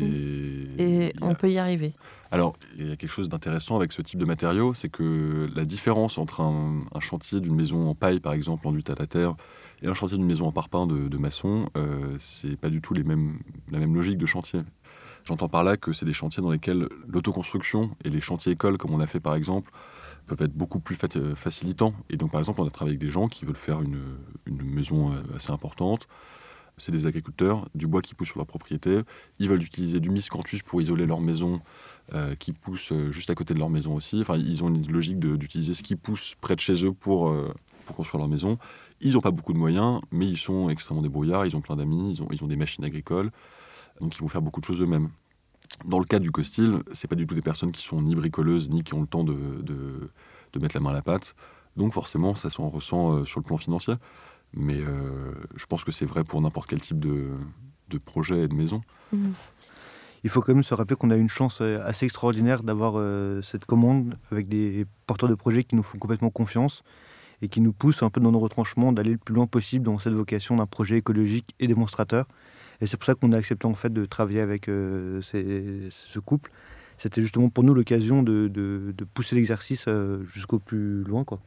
Et on peut y arriver. Alors, il y a quelque chose d'intéressant avec ce type de matériaux, c'est que la différence entre un chantier d'une maison en paille, par exemple, enduite à la terre, et un chantier d'une maison en parpaing de maçon, c'est pas du tout la même logique de chantier. J'entends par là que c'est des chantiers dans lesquels l'autoconstruction et les chantiers écoles, comme on a fait par exemple, peuvent être beaucoup plus facilitants. Et donc, par exemple, on a travaillé avec des gens qui veulent faire une maison assez importante. C'est des agriculteurs, du bois qui pousse sur leur propriété. Ils veulent utiliser du miscanthus pour isoler leur maison, qui pousse juste à côté de leur maison aussi. Enfin, ils ont une logique d'utiliser ce qui pousse près de chez eux pour construire leur maison. Ils n'ont pas beaucoup de moyens, mais ils sont extrêmement débrouillards. Ils ont plein d'amis, ils ont des machines agricoles. Donc, ils vont faire beaucoup de choses eux-mêmes. Dans le cas du Costil, c'est pas du tout des personnes qui sont ni bricoleuses, ni qui ont le temps de mettre la main à la pâte. Donc, forcément, ça s'en ressent sur le plan financier. Mais je pense que c'est vrai pour n'importe quel type de projet et de maison. Il faut quand même se rappeler qu'on a une chance assez extraordinaire d'avoir cette commande avec des porteurs de projets qui nous font complètement confiance et qui nous poussent un peu dans nos retranchements d'aller le plus loin possible dans cette vocation d'un projet écologique et démonstrateur. Et c'est pour ça qu'on a accepté en fait de travailler avec ce couple. C'était justement pour nous l'occasion de pousser l'exercice jusqu'au plus loin, quoi.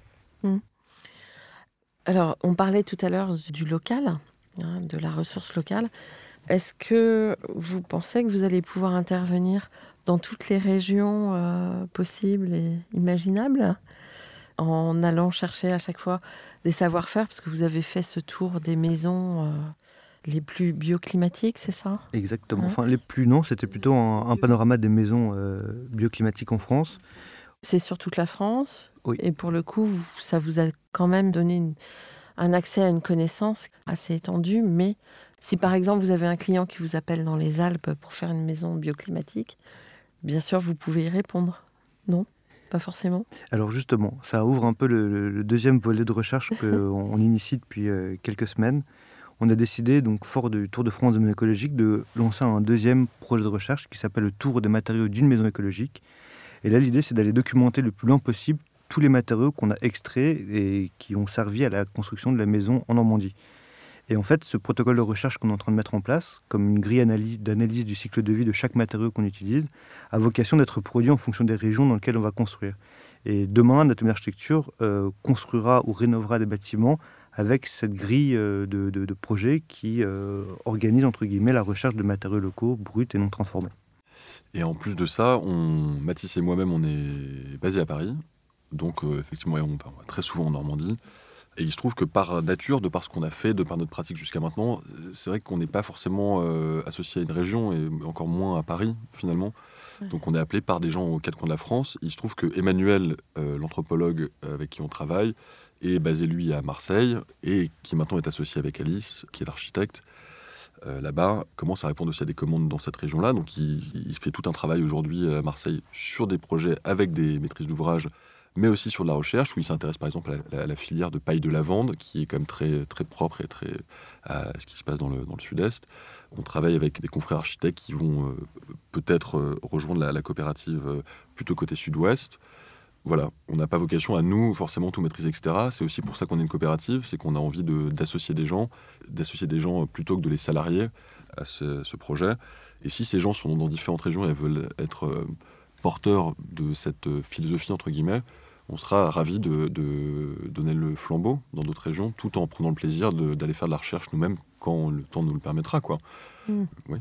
Alors, on parlait tout à l'heure du local, de la ressource locale. Est-ce que vous pensez que vous allez pouvoir intervenir dans toutes les régions possibles et imaginables, en allant chercher à chaque fois des savoir-faire, parce que vous avez fait ce tour des maisons les plus bioclimatiques, c'est ça ? Exactement. Enfin, les plus non, c'était plutôt un panorama des maisons bioclimatiques en France. C'est sur toute la France. Oui. Et pour le coup, ça vous a quand même donné un accès à une connaissance assez étendue. Mais si par exemple vous avez un client qui vous appelle dans les Alpes pour faire une maison bioclimatique, bien sûr vous pouvez y répondre. Non ? Pas forcément. Alors justement, ça ouvre un peu le deuxième volet de recherche qu'on initie depuis quelques semaines. On a décidé, donc fort du Tour de France des maisons écologiques, de lancer un deuxième projet de recherche qui s'appelle le Tour des matériaux d'une maison écologique. Et là, l'idée, c'est d'aller documenter le plus loin possible tous les matériaux qu'on a extraits et qui ont servi à la construction de la maison en Normandie. Et en fait, ce protocole de recherche qu'on est en train de mettre en place, comme une grille d'analyse du cycle de vie de chaque matériau qu'on utilise, a vocation d'être produit en fonction des régions dans lesquelles on va construire. Et demain, notre architecture construira ou rénovera des bâtiments avec cette grille de projets qui organise, entre guillemets, la recherche de matériaux locaux, bruts et non transformés. Et en plus de ça, Mathis et moi-même, on est basés à Paris. Donc, effectivement, on va très souvent en Normandie. Et il se trouve que par nature, de par ce qu'on a fait, de par notre pratique jusqu'à maintenant, c'est vrai qu'on n'est pas forcément associé à une région, et encore moins à Paris, finalement. Ouais. Donc, on est appelé par des gens aux quatre coins de la France. Il se trouve que Emmanuel, l'anthropologue avec qui on travaille, est basé, lui, à Marseille, et qui maintenant est associé avec Alice, qui est l'architecte. Là-bas, commence à répondre aussi à des commandes dans cette région-là. Donc, il fait tout un travail aujourd'hui à Marseille sur des projets avec des maîtrises d'ouvrage, mais aussi sur de la recherche, où il s'intéresse par exemple à la filière de paille de lavande, qui est quand même très, très propre et très à ce qui se passe dans le sud-est. On travaille avec des confrères architectes qui vont peut-être rejoindre la coopérative plutôt côté sud-ouest. Voilà, on n'a pas vocation à nous forcément tout maîtriser, etc. C'est aussi pour ça qu'on est une coopérative, c'est qu'on a envie d'associer des gens plutôt que de les salarier à ce projet. Et si ces gens sont dans différentes régions et veulent être porteurs de cette philosophie, entre guillemets, on sera ravis de donner le flambeau dans d'autres régions, tout en prenant le plaisir d'aller faire de la recherche nous-mêmes quand le temps nous le permettra, quoi. Oui.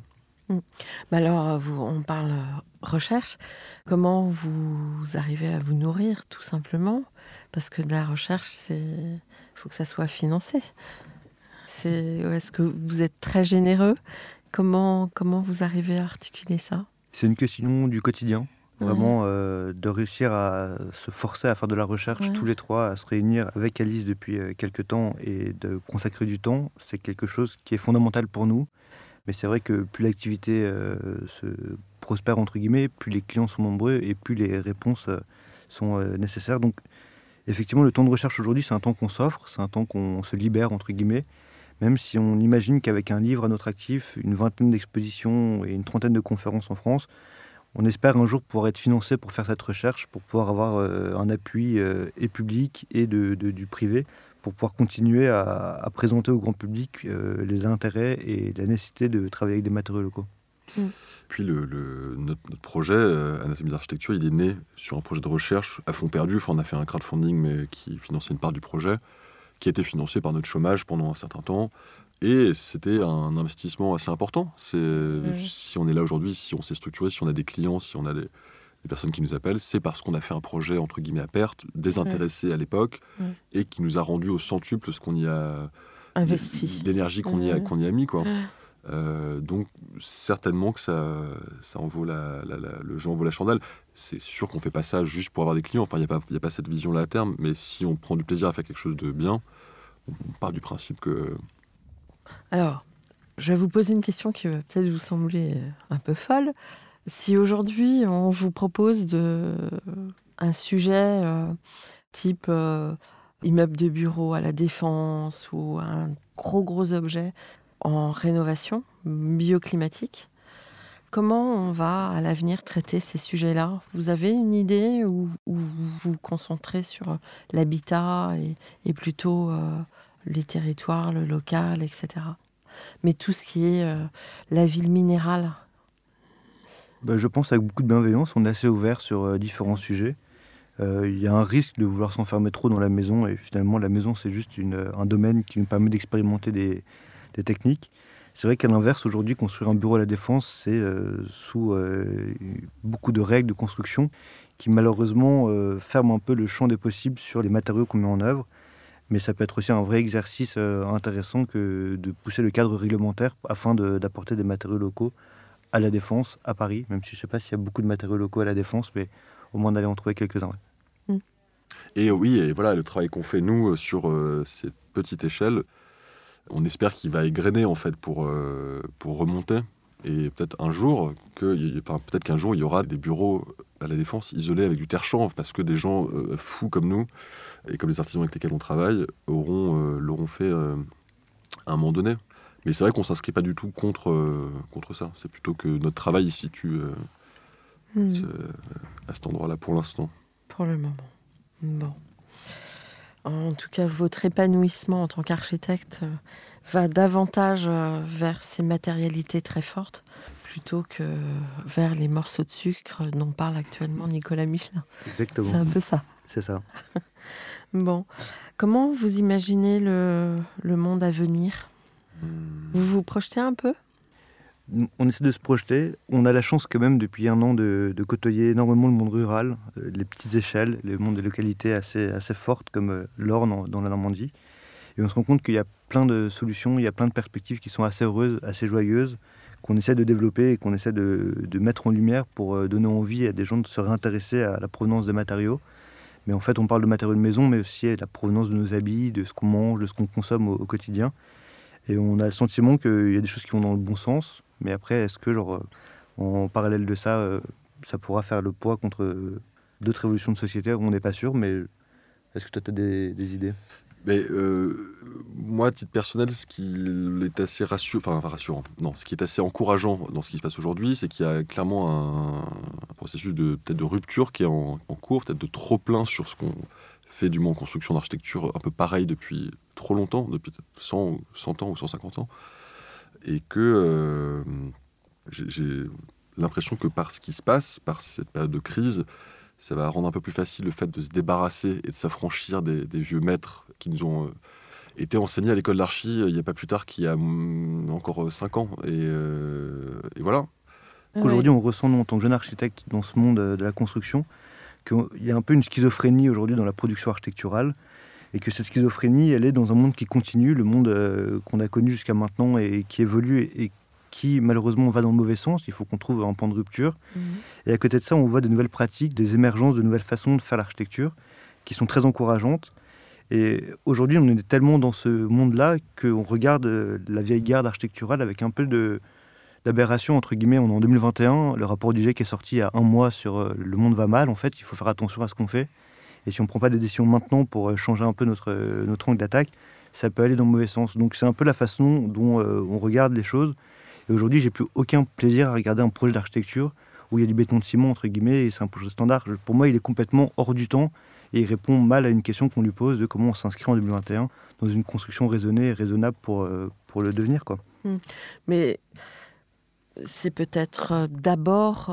Bah alors, on parle recherche. Comment vous arrivez à vous nourrir, tout simplement ? Parce que de la recherche, il faut que ça soit financé. Est-ce que vous êtes très généreux ? Comment vous arrivez à articuler ça ? C'est une question du quotidien, vraiment de réussir à se forcer à faire de la recherche tous les trois, à se réunir avec Alice depuis quelques temps et de consacrer du temps. C'est quelque chose qui est fondamental pour nous. Mais c'est vrai que plus l'activité se prospère, entre guillemets, plus les clients sont nombreux et plus les réponses sont nécessaires. Donc, effectivement, le temps de recherche aujourd'hui, c'est un temps qu'on s'offre, c'est un temps qu'on se libère, entre guillemets, même si on imagine qu'avec un livre à notre actif, une vingtaine d'expositions et une trentaine de conférences en France, on espère un jour pouvoir être financé pour faire cette recherche, pour pouvoir avoir un appui et public et du privé, pour pouvoir continuer à présenter au grand public les intérêts et la nécessité de travailler avec des matériaux locaux. Puis notre projet, Anatomie d'architecture, il est né sur un projet de recherche à fond perdu. Enfin, on a fait un crowdfunding mais qui finançait une part du projet, qui a été financé par notre chômage pendant un certain temps. Et c'était un investissement assez important. Si on est là aujourd'hui, si on s'est structuré, si on a des clients, si on a des personnes qui nous appellent, c'est parce qu'on a fait un projet entre guillemets à perte, désintéressé à l'époque, et qui nous a rendu au centuple ce qu'on y a investi, l'énergie qu'on y a mis, quoi. Donc certainement que ça en vaut le jeu en vaut la chandelle. C'est sûr qu'on fait pas ça juste pour avoir des clients. Enfin, il y a pas cette vision-là à terme. Mais si on prend du plaisir à faire quelque chose de bien, on part du principe que. Alors, je vais vous poser une question qui va peut-être vous sembler un peu folle. Si aujourd'hui, on vous propose un sujet type immeuble de bureau à la Défense ou un gros objet en rénovation bioclimatique, comment on va à l'avenir traiter ces sujets-là ? Vous avez une idée ou vous vous concentrez sur l'habitat et plutôt les territoires, le local, etc. Mais tout ce qui est la ville minérale. Je pense avec beaucoup de bienveillance, on est assez ouvert sur différents sujets. Il y a un risque de vouloir s'enfermer trop dans la maison et finalement la maison c'est juste un domaine qui nous permet d'expérimenter des techniques. C'est vrai qu'à l'inverse, aujourd'hui, construire un bureau à la Défense, c'est sous beaucoup de règles de construction qui malheureusement ferment un peu le champ des possibles sur les matériaux qu'on met en œuvre. Mais ça peut être aussi un vrai exercice intéressant que de pousser le cadre réglementaire afin d'apporter des matériaux locaux à la Défense, à Paris, même si je ne sais pas s'il y a beaucoup de matériaux locaux à la Défense, mais au moins d'aller en trouver quelques-uns. Et oui, et voilà, le travail qu'on fait, nous, sur cette petite échelle, on espère qu'il va égrener, en fait, pour remonter. Et peut-être qu'un jour, il y aura des bureaux à la Défense isolés avec du terre-chanvre, parce que des gens fous comme nous, et comme les artisans avec lesquels on travaille, l'auront fait à un moment donné. Mais c'est vrai qu'on ne s'inscrit pas du tout contre ça. C'est plutôt que notre travail il se situe à cet endroit-là pour l'instant. Pour le moment. Bon. En tout cas, votre épanouissement en tant qu'architecte va davantage vers ces matérialités très fortes plutôt que vers les morceaux de sucre dont parle actuellement Nicolas Michelin. Exactement. C'est un peu ça. C'est ça. Bon. Comment vous imaginez le monde à venir ? Vous vous projetez un peu ? On essaie de se projeter. On a la chance quand même depuis un an de côtoyer énormément le monde rural, les petites échelles, le monde des localités assez fortes comme l'Orne dans la Normandie. Et on se rend compte qu'il y a plein de solutions, il y a plein de perspectives qui sont assez heureuses, assez joyeuses, qu'on essaie de développer et qu'on essaie de mettre en lumière pour donner envie à des gens de se réintéresser à la provenance des matériaux. Mais en fait, on parle de matériaux de maison, mais aussi à la provenance de nos habits, de ce qu'on mange, de ce qu'on consomme au quotidien. Et on a le sentiment qu'il y a des choses qui vont dans le bon sens. Mais après, est-ce que, en parallèle de ça, ça pourra faire le poids contre d'autres révolutions de société ? On n'est pas sûr, mais est-ce que toi, tu as des idées ? Mais moi, à titre personnel, ce qui est assez rassurant, non, ce qui est assez encourageant dans ce qui se passe aujourd'hui, c'est qu'il y a clairement un processus peut-être de rupture qui est en cours, peut-être de trop plein sur ce qu'on fait du moins en construction d'architecture, un peu pareil depuis trop longtemps, depuis 100 ans ou 150 ans. Et que j'ai l'impression que par ce qui se passe, par cette période de crise, ça va rendre un peu plus facile le fait de se débarrasser et de s'affranchir des vieux maîtres qui nous ont été enseignés à l'école d'archi il n'y a pas plus tard qu'il y a encore 5 ans. Et voilà. Aujourd'hui, on ressent, nous, en tant que jeune architecte dans ce monde de la construction, qu'il y a un peu une schizophrénie aujourd'hui dans la production architecturale. Et que cette schizophrénie, elle est dans un monde qui continue, le monde qu'on a connu jusqu'à maintenant et qui évolue et qui malheureusement va dans le mauvais sens. Il faut qu'on trouve un point de rupture. Et à côté de ça, on voit de nouvelles pratiques, des émergences, de nouvelles façons de faire l'architecture qui sont très encourageantes. Et aujourd'hui, on est tellement dans ce monde-là qu'on regarde la vieille garde architecturale avec un peu d'aberration, entre guillemets. On est en 2021, le rapport du GIEC est sorti il y a un mois sur le monde va mal. En fait, il faut faire attention à ce qu'on fait. Et si on ne prend pas des décisions maintenant pour changer un peu notre angle d'attaque, ça peut aller dans le mauvais sens. Donc c'est un peu la façon dont on regarde les choses. Et aujourd'hui, j'ai plus aucun plaisir à regarder un projet d'architecture où il y a du béton de ciment, entre guillemets, et c'est un projet standard. Pour moi, il est complètement hors du temps et il répond mal à une question qu'on lui pose de comment on s'inscrit en 2021 dans une construction raisonnée et raisonnable pour le devenir, quoi. Mais c'est peut-être d'abord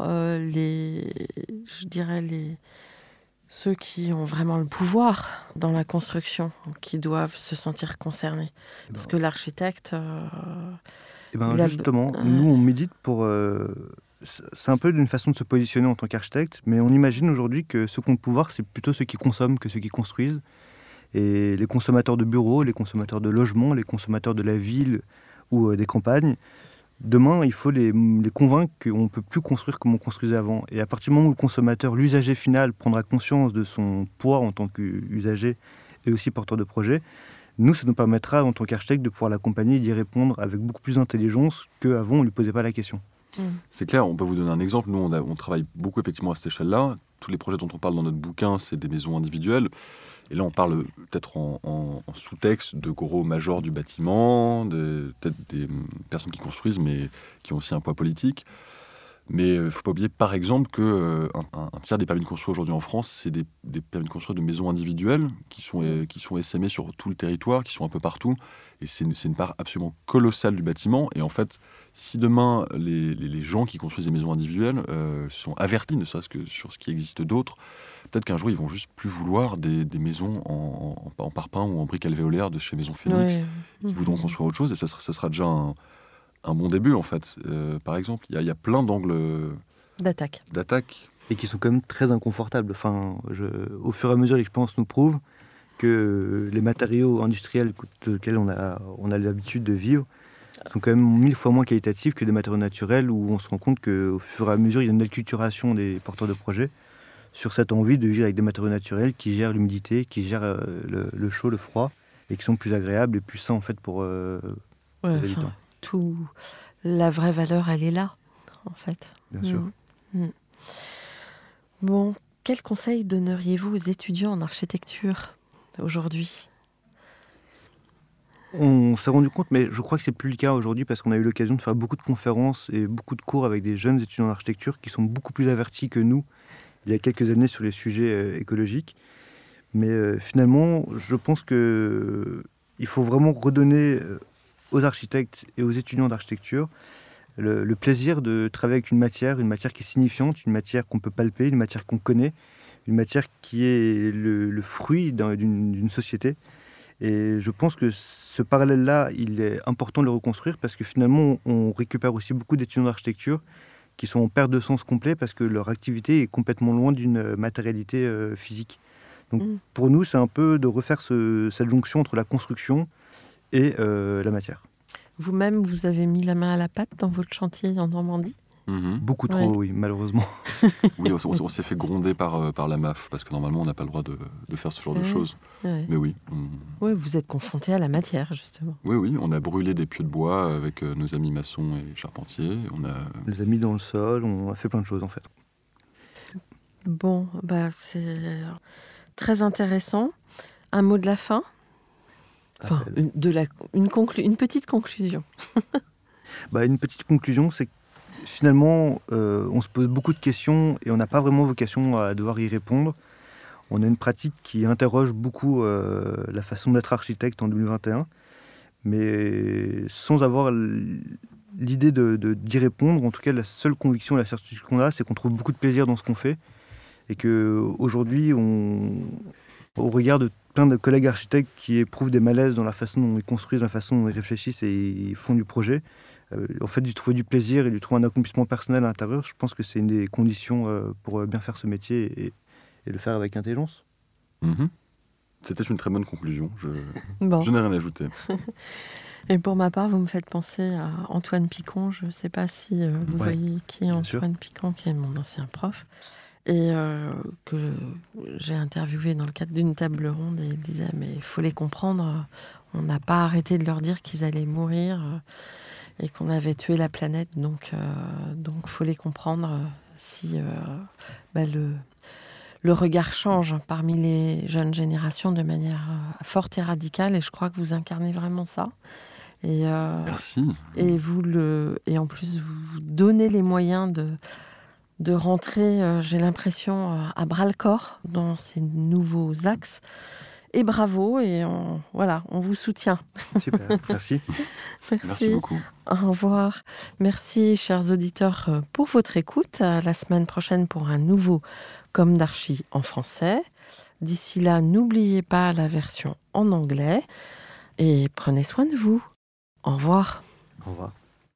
ceux qui ont vraiment le pouvoir dans la construction qui doivent se sentir concernés. Parce que l'architecte... justement, nous, on médite pour... c'est un peu une façon de se positionner en tant qu'architecte, mais on imagine aujourd'hui que ceux qui ont le pouvoir, c'est plutôt ceux qui consomment que ceux qui construisent. Et les consommateurs de bureaux, les consommateurs de logements, les consommateurs de la ville ou des campagnes, demain, il faut les convaincre qu'on ne peut plus construire comme on construisait avant. Et à partir du moment où le consommateur, l'usager final, prendra conscience de son poids en tant qu'usager et aussi porteur de projet, nous, ça nous permettra, en tant qu'architecte, de pouvoir l'accompagner et d'y répondre avec beaucoup plus d'intelligence qu'avant, on ne lui posait pas la question. C'est clair, on peut vous donner un exemple. Nous, on travaille beaucoup effectivement à cette échelle-là. Tous les projets dont on parle dans notre bouquin, c'est des maisons individuelles. Et là, on parle peut-être en sous-texte de gros majors du bâtiment, peut-être des personnes qui construisent, mais qui ont aussi un poids politique. Mais il ne faut pas oublier, par exemple, qu'un tiers des permis de construire aujourd'hui en France, c'est des permis de construire de maisons individuelles qui sont essaimés sur tout le territoire, qui sont un peu partout. Et c'est une part absolument colossale du bâtiment. Et en fait, si demain, les gens qui construisent des maisons individuelles sont avertis, ne serait-ce que sur ce qui existe d'autre, peut-être qu'un jour, ils vont juste plus vouloir des maisons en parpaing ou en briques alvéolaires de chez Maison Phoenix. Ils voudront construire autre chose. Et ça sera déjà un bon début, en fait. Par exemple, il y a plein d'angles d'attaque. Et qui sont quand même très inconfortables. Enfin, au fur et à mesure, l'expérience nous prouve que les matériaux industriels avec lesquels on a l'habitude de vivre sont quand même 1000 fois moins qualitatifs que des matériaux naturels où on se rend compte qu'au fur et à mesure, il y a une acculturation des porteurs de projets sur cette envie de vivre avec des matériaux naturels qui gèrent l'humidité, qui gèrent le chaud, le froid, et qui sont plus agréables et plus sains en fait pour les habitants. La vraie valeur, elle est là, en fait. Bien sûr. Bon, quel conseil donneriez-vous aux étudiants en architecture aujourd'hui ? On s'est rendu compte, mais je crois que c'est plus le cas aujourd'hui parce qu'on a eu l'occasion de faire beaucoup de conférences et beaucoup de cours avec des jeunes étudiants en architecture qui sont beaucoup plus avertis que nous il y a quelques années sur les sujets écologiques. Mais finalement, je pense qu'il faut vraiment redonner aux architectes et aux étudiants d'architecture le plaisir de travailler avec une matière qui est signifiante, une matière qu'on peut palper, une matière qu'on connaît, une matière qui est le fruit d'une société. Et je pense que ce parallèle-là, il est important de le reconstruire parce que finalement, on récupère aussi beaucoup d'étudiants d'architecture qui sont en perte de sens complet parce que leur activité est complètement loin d'une matérialité physique. Donc pour nous, c'est un peu de refaire cette jonction entre la construction et la matière. Vous-même, vous avez mis la main à la pâte dans votre chantier en Normandie ? Beaucoup trop, oui, malheureusement. Oui, on s'est fait gronder par la MAF, parce que normalement, on n'a pas le droit de faire ce genre de choses. Mais oui. Oui, vous êtes confronté à la matière, justement. Oui, on a brûlé des pieux de bois avec nos amis maçons et charpentiers. On les a mis dans le sol, on a fait plein de choses, en fait. Bon, c'est très intéressant. Un mot de la fin ? Enfin, une petite conclusion. Une petite conclusion, c'est que finalement, on se pose beaucoup de questions et on n'a pas vraiment vocation à devoir y répondre. On a une pratique qui interroge beaucoup la façon d'être architecte en 2021, mais sans avoir l'idée d'y répondre. En tout cas, la seule conviction, la certitude qu'on a, c'est qu'on trouve beaucoup de plaisir dans ce qu'on fait et qu'aujourd'hui, on regarde plein de collègues architectes qui éprouvent des malaises dans la façon dont ils construisent, dans la façon dont ils réfléchissent et ils font du projet. En fait, d'y trouver du plaisir et d'y trouver un accomplissement personnel à l'intérieur, je pense que c'est une des conditions pour bien faire ce métier et le faire avec intelligence. C'était une très bonne conclusion. Bon. Je n'ai rien à ajouter. Et pour ma part, vous me faites penser à Antoine Picon. Je ne sais pas si vous voyez qui est Antoine Picon, qui est mon ancien prof, et que j'ai interviewé dans le cadre d'une table ronde, et il disait mais il faut les comprendre, on n'a pas arrêté de leur dire qu'ils allaient mourir et qu'on avait tué la planète, donc faut les comprendre si le regard change parmi les jeunes générations de manière forte et radicale, et je crois que vous incarnez vraiment ça. Et, Merci. Et en plus, vous donnez les moyens de rentrer, j'ai l'impression, à bras-le-corps dans ces nouveaux axes. Et bravo, et on vous soutient. Super, merci. Merci beaucoup. Au revoir. Merci, chers auditeurs, pour votre écoute. À la semaine prochaine pour un nouveau Comme d'Archi en français. D'ici là, n'oubliez pas la version en anglais. Et prenez soin de vous. Au revoir. Au revoir.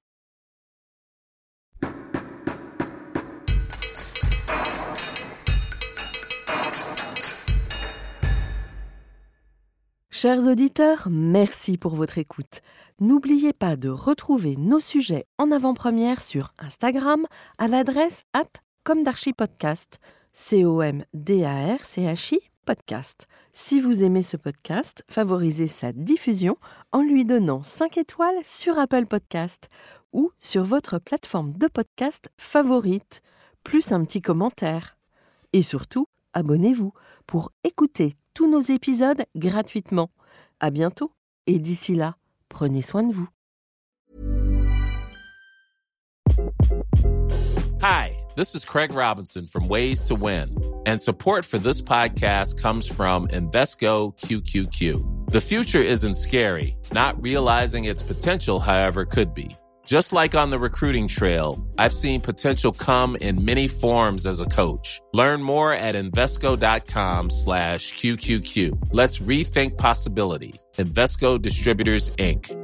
Chers auditeurs, merci pour votre écoute. N'oubliez pas de retrouver nos sujets en avant-première sur Instagram à l'adresse @comdarchipodcast, COMDARCHI podcast. Si vous aimez ce podcast, favorisez sa diffusion en lui donnant 5 étoiles sur Apple Podcast ou sur votre plateforme de podcast favorite, plus un petit commentaire. Et surtout, abonnez-vous pour écouter tous nos épisodes gratuitement. À bientôt, et d'ici là, prenez soin de vous. Hi, this is Craig Robinson from Ways to Win, and support for this podcast comes from Invesco QQQ. The future isn't scary. Not realizing its potential, however, could be. Just like on the recruiting trail, I've seen potential come in many forms as a coach. Learn more at Invesco.com/QQQ. Let's rethink possibility. Invesco Distributors, Inc.